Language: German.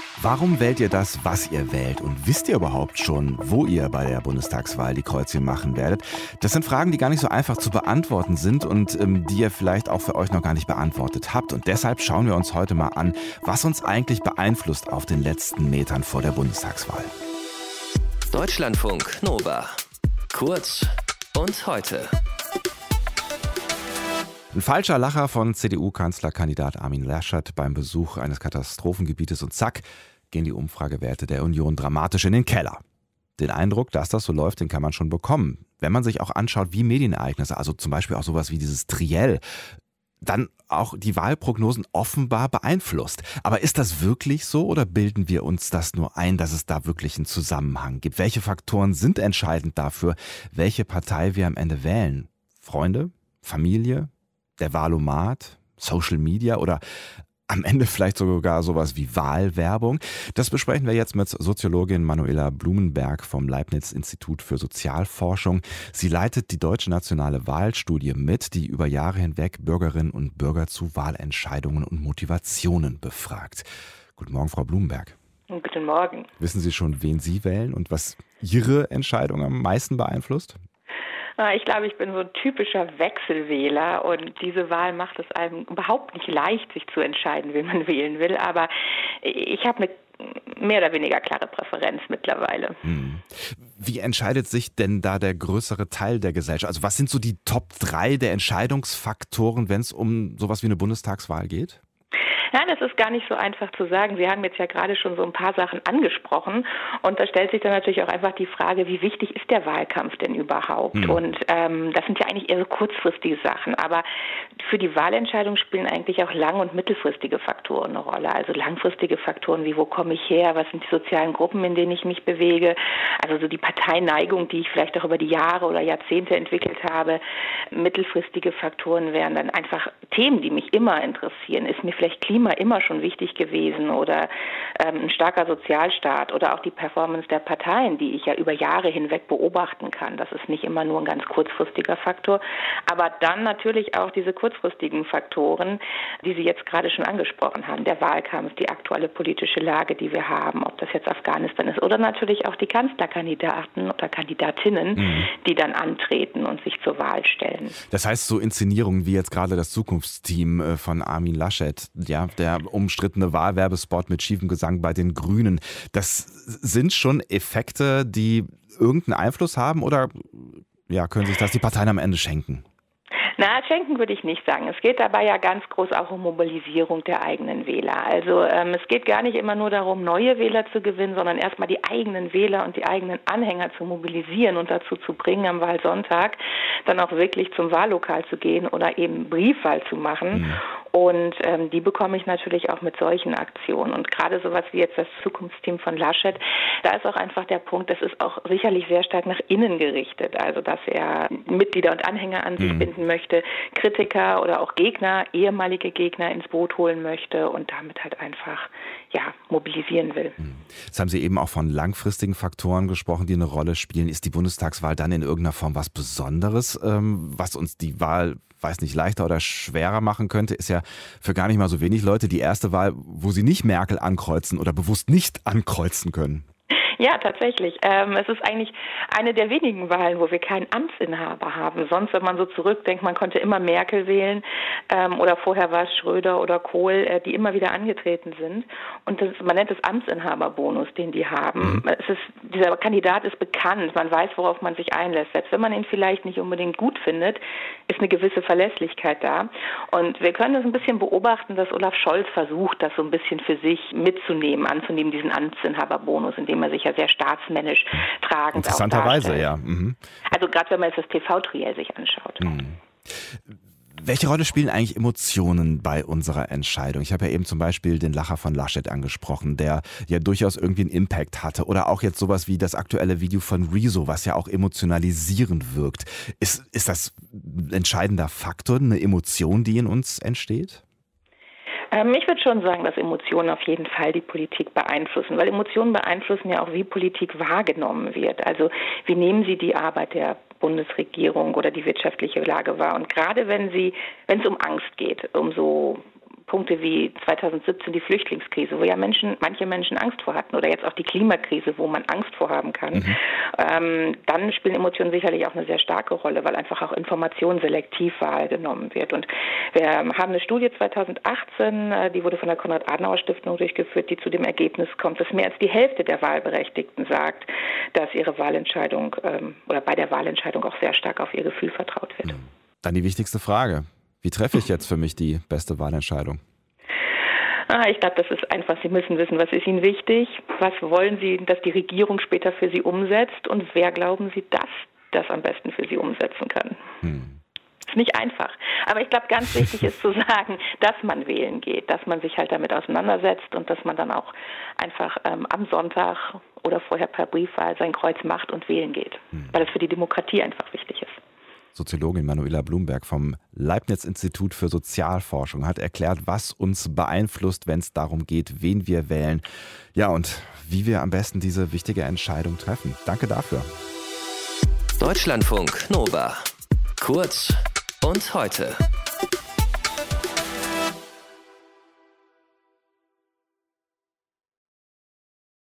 Warum wählt ihr das, was ihr wählt? Und wisst ihr überhaupt schon, wo ihr bei der Bundestagswahl die Kreuzchen machen werdet? Das sind Fragen, die gar nicht so einfach zu beantworten sind und die ihr vielleicht auch für euch noch gar nicht beantwortet habt. Und deshalb schauen wir uns heute mal an, was uns eigentlich beeinflusst auf den letzten Metern vor der Bundestagswahl. Deutschlandfunk Nova. Kurz und heute. Ein falscher Lacher von CDU-Kanzlerkandidat Armin Laschet beim Besuch eines Katastrophengebietes und zack, gehen die Umfragewerte der Union dramatisch in den Keller. Den Eindruck, dass das so läuft, den kann man schon bekommen. Wenn man sich auch anschaut, wie Medienereignisse, also zum Beispiel auch sowas wie dieses Triell, dann auch die Wahlprognosen offenbar beeinflusst. Aber ist das wirklich so oder bilden wir uns das nur ein, dass es da wirklich einen Zusammenhang gibt? Welche Faktoren sind entscheidend dafür, welche Partei wir am Ende wählen? Freunde? Familie? Der Wahlomat? Social Media oder am Ende vielleicht sogar sowas wie Wahlwerbung? Das besprechen wir jetzt mit Soziologin Manuela Blumenberg vom Leibniz-Institut für Sozialforschung. Sie leitet die Deutsche Nationale Wahlstudie mit, die über Jahre hinweg Bürgerinnen und Bürger zu Wahlentscheidungen und Motivationen befragt. Guten Morgen, Frau Blumenberg. Guten Morgen. Wissen Sie schon, wen Sie wählen und was Ihre Entscheidung am meisten beeinflusst? Ich glaube, ich bin so ein typischer Wechselwähler und diese Wahl macht es einem überhaupt nicht leicht, sich zu entscheiden, wen man wählen will. Aber ich habe eine mehr oder weniger klare Präferenz mittlerweile. Wie entscheidet sich denn da der größere Teil der Gesellschaft? Also was sind so die Top 3 der Entscheidungsfaktoren, wenn es um sowas wie eine Bundestagswahl geht? Ja, das ist gar nicht so einfach zu sagen. Sie haben jetzt ja gerade schon so ein paar Sachen angesprochen und da stellt sich dann natürlich auch einfach die Frage, wie wichtig ist der Wahlkampf denn überhaupt? Und das sind ja eigentlich eher so kurzfristige Sachen, aber für die Wahlentscheidung spielen eigentlich auch lang- und mittelfristige Faktoren eine Rolle. Also langfristige Faktoren wie, wo komme ich her, was sind die sozialen Gruppen, in denen ich mich bewege, also so die Parteineigung, die ich vielleicht auch über die Jahre oder Jahrzehnte entwickelt habe. Mittelfristige Faktoren wären dann einfach Themen, die mich immer interessieren. Ist mir vielleicht Klima immer schon wichtig gewesen oder ein starker Sozialstaat oder auch die Performance der Parteien, die ich ja über Jahre hinweg beobachten kann. Das ist nicht immer nur ein ganz kurzfristiger Faktor, aber dann natürlich auch diese kurzfristigen Faktoren, die Sie jetzt gerade schon angesprochen haben, der Wahlkampf, die aktuelle politische Lage, die wir haben, ob das jetzt Afghanistan ist oder natürlich auch die Kanzlerkandidaten oder Kandidatinnen, die dann antreten und sich zur Wahl stellen. Das heißt, so Inszenierungen wie jetzt gerade das Zukunftsteam von Armin Laschet, ja, der umstrittene Wahlwerbespot mit schiefem Gesang bei den Grünen, das sind schon Effekte, die irgendeinen Einfluss haben oder ja, können sich das die Parteien am Ende schenken? Na, schenken würde ich nicht sagen. Es geht dabei ja ganz groß auch um Mobilisierung der eigenen Wähler. Also es geht gar nicht immer nur darum, neue Wähler zu gewinnen, sondern erstmal die eigenen Wähler und die eigenen Anhänger zu mobilisieren und dazu zu bringen, am Wahlsonntag dann auch wirklich zum Wahllokal zu gehen oder eben Briefwahl zu machen. Und die bekomme ich natürlich auch mit solchen Aktionen. Und gerade sowas wie jetzt das Zukunftsteam von Laschet, da ist auch einfach der Punkt, das ist auch sicherlich sehr stark nach innen gerichtet. Also dass er Mitglieder und Anhänger an sich binden möchte, Kritiker oder auch Gegner, ehemalige Gegner ins Boot holen möchte und damit halt einfach mobilisieren will. Jetzt haben Sie eben auch von langfristigen Faktoren gesprochen, die eine Rolle spielen. Ist die Bundestagswahl dann in irgendeiner Form was Besonderes, was uns die Wahl, weiß nicht, leichter oder schwerer machen könnte? Ist ja für gar nicht mal so wenig Leute die erste Wahl, wo sie nicht Merkel ankreuzen oder bewusst nicht ankreuzen können. Ja, tatsächlich. Es ist eigentlich eine der wenigen Wahlen, wo wir keinen Amtsinhaber haben. Sonst, wenn man so zurückdenkt, man konnte immer Merkel wählen oder vorher war es Schröder oder Kohl, die immer wieder angetreten sind. Und man nennt es Amtsinhaberbonus, den die haben. Dieser Kandidat ist bekannt, man weiß, worauf man sich einlässt. Selbst wenn man ihn vielleicht nicht unbedingt gut findet, ist eine gewisse Verlässlichkeit da. Und wir können das ein bisschen beobachten, dass Olaf Scholz versucht, das so ein bisschen für sich mitzunehmen, anzunehmen, diesen Amtsinhaberbonus, indem er sich ja sehr staatsmännisch tragend Interessanterweise, auch ja. Also gerade wenn man jetzt das TV-Triell sich anschaut. Welche Rolle spielen eigentlich Emotionen bei unserer Entscheidung? Ich habe ja eben zum Beispiel den Lacher von Laschet angesprochen, der ja durchaus irgendwie einen Impact hatte. Oder auch jetzt sowas wie das aktuelle Video von Rezo, was ja auch emotionalisierend wirkt. Ist das ein entscheidender Faktor, eine Emotion, die in uns entsteht? Ich würde schon sagen, dass Emotionen auf jeden Fall die Politik beeinflussen, weil Emotionen beeinflussen ja auch, wie Politik wahrgenommen wird. Also wie nehmen Sie die Arbeit der Bundesregierung oder die wirtschaftliche Lage wahr? Und gerade wenn es um Angst geht, um so Punkte wie 2017 die Flüchtlingskrise, wo ja manche Menschen Angst vor hatten, oder jetzt auch die Klimakrise, wo man Angst vor haben kann, dann spielen Emotionen sicherlich auch eine sehr starke Rolle, weil einfach auch Information selektiv wahrgenommen wird. Und wir haben eine Studie 2018, die wurde von der Konrad-Adenauer-Stiftung durchgeführt, die zu dem Ergebnis kommt, dass mehr als die Hälfte der Wahlberechtigten sagt, dass ihre Wahlentscheidung oder bei der Wahlentscheidung auch sehr stark auf ihr Gefühl vertraut wird. Dann die wichtigste Frage. Wie treffe ich jetzt für mich die beste Wahlentscheidung? Ich glaube, das ist einfach, Sie müssen wissen, was ist Ihnen wichtig, was wollen Sie, dass die Regierung später für Sie umsetzt und wer glauben Sie, dass das am besten für Sie umsetzen kann. Ist nicht einfach. Aber ich glaube, ganz wichtig ist zu sagen, dass man wählen geht, dass man sich halt damit auseinandersetzt und dass man dann auch einfach am Sonntag oder vorher per Briefwahl sein Kreuz macht und wählen geht, weil das für die Demokratie einfach wichtig ist. Soziologin Manuela Blumberg vom Leibniz-Institut für Sozialforschung hat erklärt, was uns beeinflusst, wenn es darum geht, wen wir wählen. Ja, und wie wir am besten diese wichtige Entscheidung treffen. Danke dafür. Deutschlandfunk Nova. Kurz und heute.